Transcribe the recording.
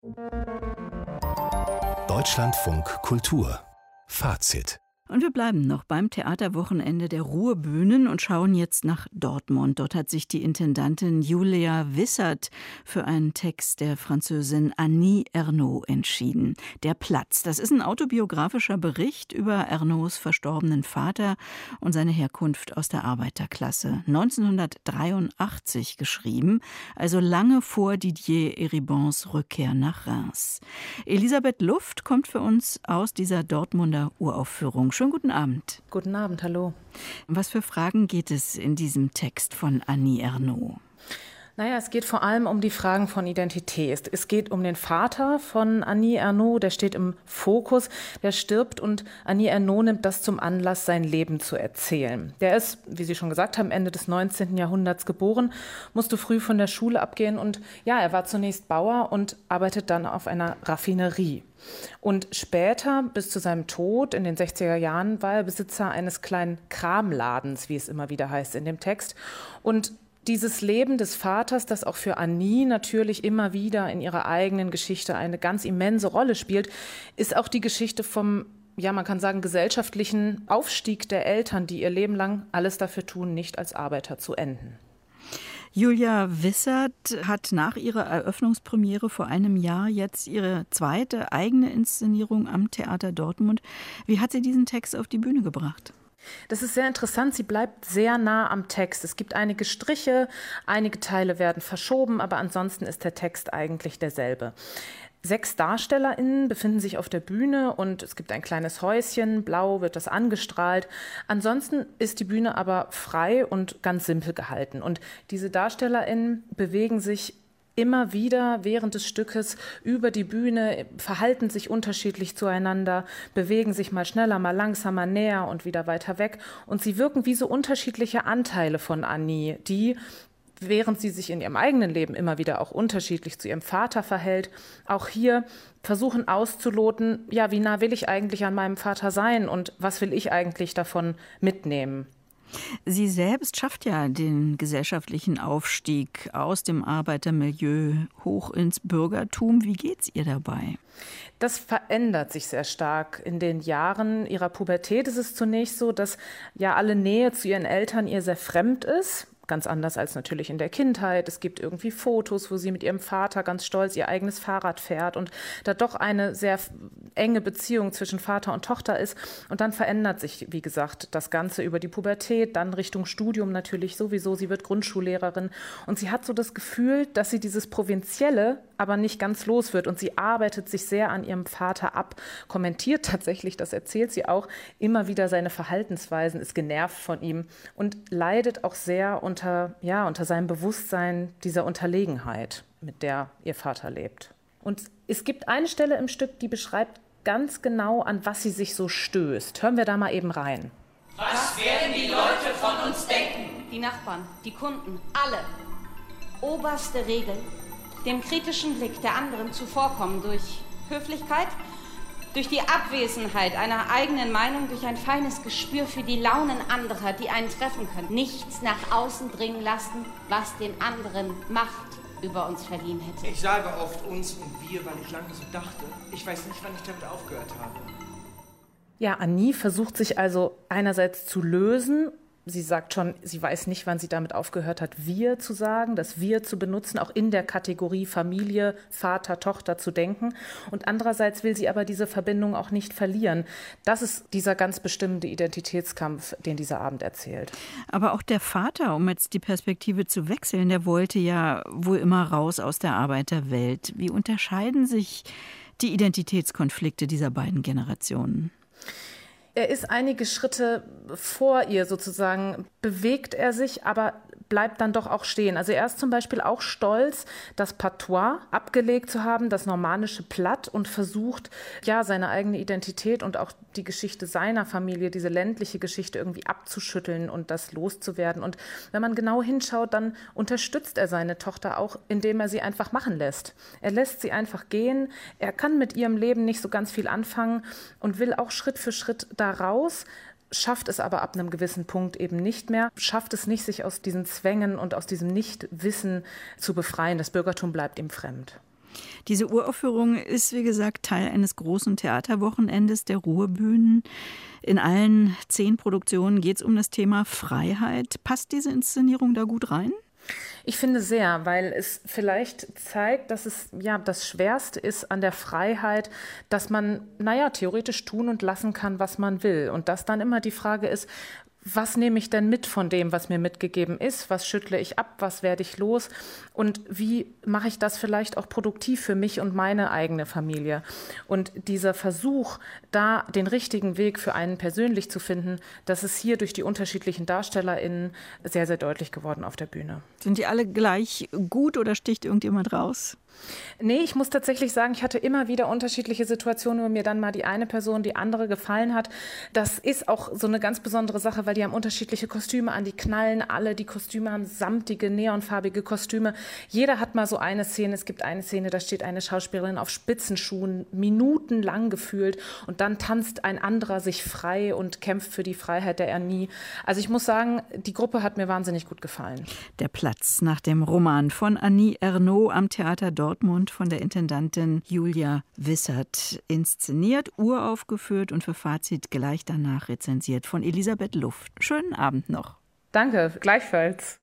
Deutschlandfunk Kultur Fazit. Und wir bleiben noch beim Theaterwochenende der Ruhrbühnen und schauen jetzt nach Dortmund. Dort hat sich die Intendantin Julia Wissert für einen Text der Französin Annie Ernaux entschieden. Der Platz, das ist ein autobiografischer Bericht über Ernauxs verstorbenen Vater und seine Herkunft aus der Arbeiterklasse. 1983 geschrieben, also lange vor Didier Eribons Rückkehr nach Reims. Elisabeth Luft kommt für uns aus dieser Dortmunder Uraufführung. Schönen guten Abend. Guten Abend, hallo. Was für Fragen geht es in diesem Text von Annie Ernaux? Naja, es geht vor allem um die Fragen von Identität. Es geht um den Vater von Annie Ernaux, der steht im Fokus, der stirbt und Annie Ernaux nimmt das zum Anlass, sein Leben zu erzählen. Der ist, wie Sie schon gesagt haben, Ende des 19. Jahrhunderts geboren, musste früh von der Schule abgehen und ja, er war zunächst Bauer und arbeitet dann auf einer Raffinerie. Und später, bis zu seinem Tod in den 60er Jahren, war er Besitzer eines kleinen Kramladens, wie es immer wieder heißt in dem Text. Und dieses Leben des Vaters, das auch für Annie natürlich immer wieder in ihrer eigenen Geschichte eine ganz immense Rolle spielt, ist auch die Geschichte vom, ja, man kann sagen, gesellschaftlichen Aufstieg der Eltern, die ihr Leben lang alles dafür tun, nicht als Arbeiter zu enden. Julia Wissert hat nach ihrer Eröffnungspremiere vor einem Jahr jetzt ihre zweite eigene Inszenierung am Theater Dortmund. Wie hat sie diesen Text auf die Bühne gebracht? Das ist sehr interessant. Sie bleibt sehr nah am Text. Es gibt einige Striche, einige Teile werden verschoben, aber ansonsten ist der Text eigentlich derselbe. 6 DarstellerInnen befinden sich auf der Bühne und es gibt ein kleines Häuschen, blau wird das angestrahlt. Ansonsten ist die Bühne aber frei und ganz simpel gehalten. Und diese DarstellerInnen bewegen sich immer wieder während des Stückes über die Bühne, verhalten sich unterschiedlich zueinander, bewegen sich mal schneller, mal langsamer, näher und wieder weiter weg. Und sie wirken wie so unterschiedliche Anteile von Annie, die, während sie sich in ihrem eigenen Leben immer wieder auch unterschiedlich zu ihrem Vater verhält, auch hier versuchen auszuloten, ja, wie nah will ich eigentlich an meinem Vater sein und was will ich eigentlich davon mitnehmen? Sie selbst schafft ja den gesellschaftlichen Aufstieg aus dem Arbeitermilieu hoch ins Bürgertum. Wie geht's ihr dabei? Das verändert sich sehr stark. In den Jahren ihrer Pubertät ist es zunächst so, dass ja alle Nähe zu ihren Eltern ihr sehr fremd ist. Ganz anders als natürlich in der Kindheit. Es gibt irgendwie Fotos, wo sie mit ihrem Vater ganz stolz ihr eigenes Fahrrad fährt und da doch eine sehr enge Beziehung zwischen Vater und Tochter ist. Und dann verändert sich, wie gesagt, das Ganze über die Pubertät, dann Richtung Studium natürlich sowieso. Sie wird Grundschullehrerin und sie hat so das Gefühl, dass sie dieses Provinzielle aber nicht ganz los wird und sie arbeitet sich sehr an ihrem Vater ab, kommentiert tatsächlich, das erzählt sie auch, immer wieder seine Verhaltensweisen, ist genervt von ihm und leidet auch sehr unter seinem Bewusstsein dieser Unterlegenheit, mit der ihr Vater lebt. Und es gibt eine Stelle im Stück, die beschreibt ganz genau, an was sie sich so stößt. Hören wir da mal eben rein. Was werden die Leute von uns denken? Die Nachbarn, die Kunden, alle. Oberste Regel, dem kritischen Blick der anderen zuvorkommen durch Höflichkeit, durch die Abwesenheit einer eigenen Meinung, durch ein feines Gespür für die Launen anderer, die einen treffen können. Nichts nach außen dringen lassen, was den anderen Macht über uns verliehen hätte. Ich sage oft uns und wir, weil ich lange so dachte. Ich weiß nicht, wann ich damit aufgehört habe. Ja, Annie versucht sich also einerseits zu lösen. Sie sagt schon, sie weiß nicht, wann sie damit aufgehört hat, wir zu sagen, das wir zu benutzen, auch in der Kategorie Familie, Vater, Tochter zu denken. Und andererseits will sie aber diese Verbindung auch nicht verlieren. Das ist dieser ganz bestimmte Identitätskampf, den dieser Abend erzählt. Aber auch der Vater, um jetzt die Perspektive zu wechseln, der wollte ja wohl immer raus aus der Arbeiterwelt. Wie unterscheiden sich die Identitätskonflikte dieser beiden Generationen? Er ist einige Schritte vor ihr sozusagen, bewegt er sich, aber bleibt dann doch auch stehen. Also er ist zum Beispiel auch stolz, das Patois abgelegt zu haben, das normannische Platt und versucht, ja, seine eigene Identität und auch die Geschichte seiner Familie, diese ländliche Geschichte irgendwie abzuschütteln und das loszuwerden. Und wenn man genau hinschaut, dann unterstützt er seine Tochter auch, indem er sie einfach machen lässt. Er lässt sie einfach gehen. Er kann mit ihrem Leben nicht so ganz viel anfangen und will auch Schritt für Schritt da raus, schafft es aber ab einem gewissen Punkt eben nicht mehr, schafft es nicht, sich aus diesen Zwängen und aus diesem Nichtwissen zu befreien. Das Bürgertum bleibt ihm fremd. Diese Uraufführung ist, wie gesagt, Teil eines großen Theaterwochenendes der Ruhrbühnen. In allen 10 Produktionen geht es um das Thema Freiheit. Passt diese Inszenierung da gut rein? Ich finde sehr, weil es vielleicht zeigt, dass es ja das Schwerste ist an der Freiheit, dass man, theoretisch tun und lassen kann, was man will. Und dass dann immer die Frage ist, was nehme ich denn mit von dem, was mir mitgegeben ist? Was schüttle ich ab? Was werde ich los? Und wie mache ich das vielleicht auch produktiv für mich und meine eigene Familie? Und dieser Versuch, da den richtigen Weg für einen persönlich zu finden, das ist hier durch die unterschiedlichen DarstellerInnen sehr, sehr deutlich geworden auf der Bühne. Sind die alle gleich gut oder sticht irgendjemand raus? Nee, ich muss tatsächlich sagen, ich hatte immer wieder unterschiedliche Situationen, wo mir dann mal die eine Person die andere gefallen hat. Das ist auch so eine ganz besondere Sache, weil die haben unterschiedliche Kostüme an, die knallen alle, die Kostüme haben samtige, neonfarbige Kostüme. Jeder hat mal so eine Szene, es gibt eine Szene, da steht eine Schauspielerin auf Spitzenschuhen, minutenlang gefühlt und dann tanzt ein anderer sich frei und kämpft für die Freiheit der Annie. Also ich muss sagen, die Gruppe hat mir wahnsinnig gut gefallen. Der Platz nach dem Roman von Annie Ernaux am Theater Dortmund von der Intendantin Julia Wissert inszeniert, uraufgeführt und für Fazit gleich danach rezensiert von Elisabeth Luft. Schönen Abend noch. Danke, gleichfalls.